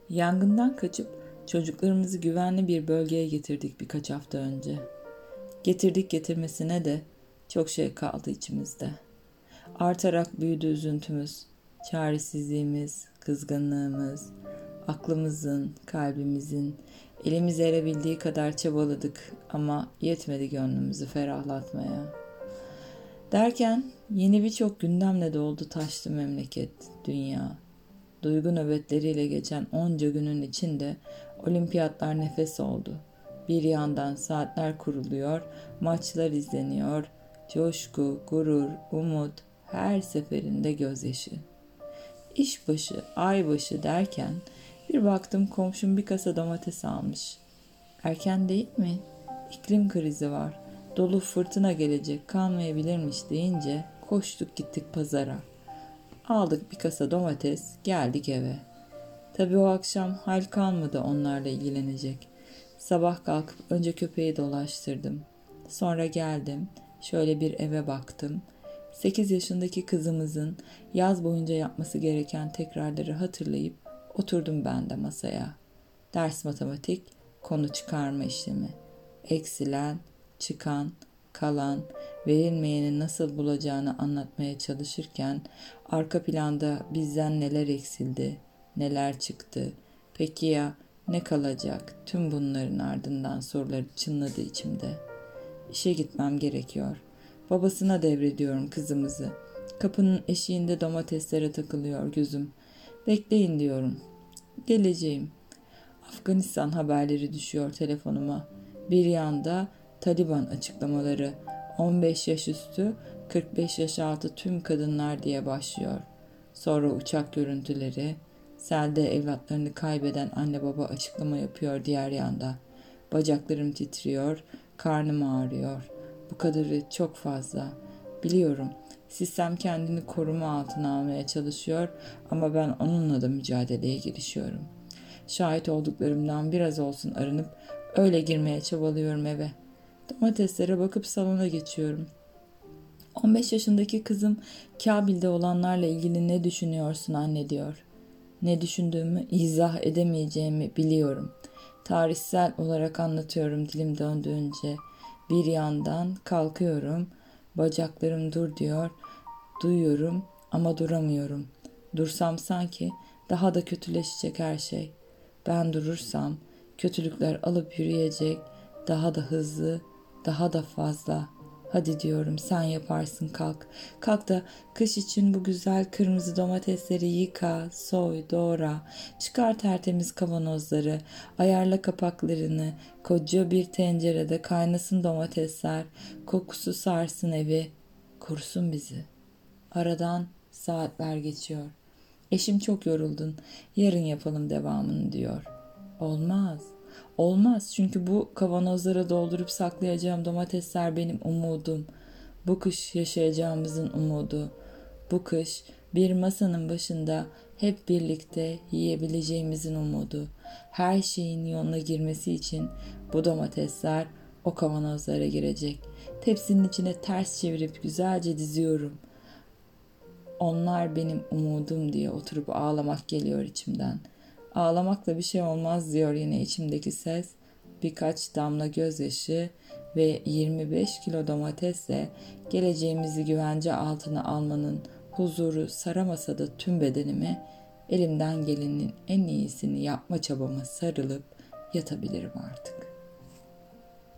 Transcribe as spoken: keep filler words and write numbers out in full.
Yangından kaçıp çocuklarımızı güvenli bir bölgeye getirdik birkaç hafta önce. Getirdik getirmesine de çok şey kaldı içimizde. Artarak büyüdü üzüntümüz, çaresizliğimiz, kızgınlığımız, aklımızın, kalbimizin, elimize erebildiği kadar çabaladık ama yetmedi gönlümüzü ferahlatmaya. Derken yeni birçok gündemle doldu taştı memleket, dünya. Duygu nöbetleriyle geçen onca günün içinde olimpiyatlar nefes oldu. Bir yandan saatler kuruluyor, maçlar izleniyor, coşku, gurur, umut, her seferinde gözyaşı. İşbaşı, aybaşı derken bir baktım komşum bir kasa domates almış. Erken değil mi? İklim krizi var. Dolu fırtına gelecek, kalmayabilirmiş deyince koştuk gittik pazara. Aldık bir kasa domates, geldik eve. Tabii o akşam hal kalmadı onlarla ilgilenecek. Sabah kalkıp önce köpeği dolaştırdım. Sonra geldim, şöyle bir eve baktım. Sekiz yaşındaki kızımızın yaz boyunca yapması gereken tekrarları hatırlayıp oturdum ben de masaya. Ders matematik, konu çıkarma işlemi. Eksilen, çıkan, kalan, verilmeyeni nasıl bulacağını anlatmaya çalışırken arka planda bizden neler eksildi, neler çıktı, peki ya ne kalacak? Tüm bunların ardından soruları çınladı içimde. İşe gitmem gerekiyor. Babasına devrediyorum kızımızı. Kapının eşiğinde domateslere takılıyor gözüm. Bekleyin diyorum. Geleceğim. Afganistan haberleri düşüyor telefonuma. Bir yanda Taliban açıklamaları. on beş yaş üstü, kırk beş yaş altı tüm kadınlar diye başlıyor. Sonra uçak görüntüleri. Selde evlatlarını kaybeden anne baba açıklama yapıyor diğer yanda. Bacaklarım titriyor, karnım ağrıyor. Bu kadarı çok fazla. Biliyorum, sistem kendini koruma altına almaya çalışıyor ama ben onunla da mücadeleye girişiyorum. Şahit olduklarımdan biraz olsun arınıp öyle girmeye çabalıyorum eve. Domateslere bakıp salona geçiyorum. on beş yaşındaki kızım Kabil'de olanlarla ilgili ne düşünüyorsun anne diyor. Ne düşündüğümü izah edemeyeceğimi biliyorum. Tarihsel olarak anlatıyorum dilim döndüğünce. Bir yandan kalkıyorum, bacaklarım dur diyor, duyuyorum ama duramıyorum. Dursam sanki daha da kötüleşecek her şey. Ben durursam kötülükler alıp yürüyecek, daha da hızlı, daha da fazla. Hadi diyorum sen yaparsın kalk. Kalk da kış için bu güzel kırmızı domatesleri yıka, soy, doğra. Çıkar tertemiz kavanozları, ayarla kapaklarını. Koca bir tencerede kaynasın domatesler. Kokusu sarsın evi, korusun bizi. Aradan saatler geçiyor. Eşim çok yoruldun, yarın yapalım devamını diyor. Olmaz. Olmaz çünkü bu kavanozlara doldurup saklayacağım domatesler benim umudum. Bu kış yaşayacağımızın umudu. Bu kış bir masanın başında hep birlikte yiyebileceğimizin umudu. Her şeyin yoluna girmesi için bu domatesler o kavanozlara girecek. Tepsinin içine ters çevirip güzelce diziyorum. Onlar benim umudum diye oturup ağlamak geliyor içimden. Ağlamakla bir şey olmaz diyor yine içimdeki ses. Birkaç damla gözyaşı ve yirmi beş kilo domatesle geleceğimizi güvence altına almanın huzuru saramasa da tüm bedenimi elimden gelenin en iyisini yapma çabama sarılıp yatabilirim artık.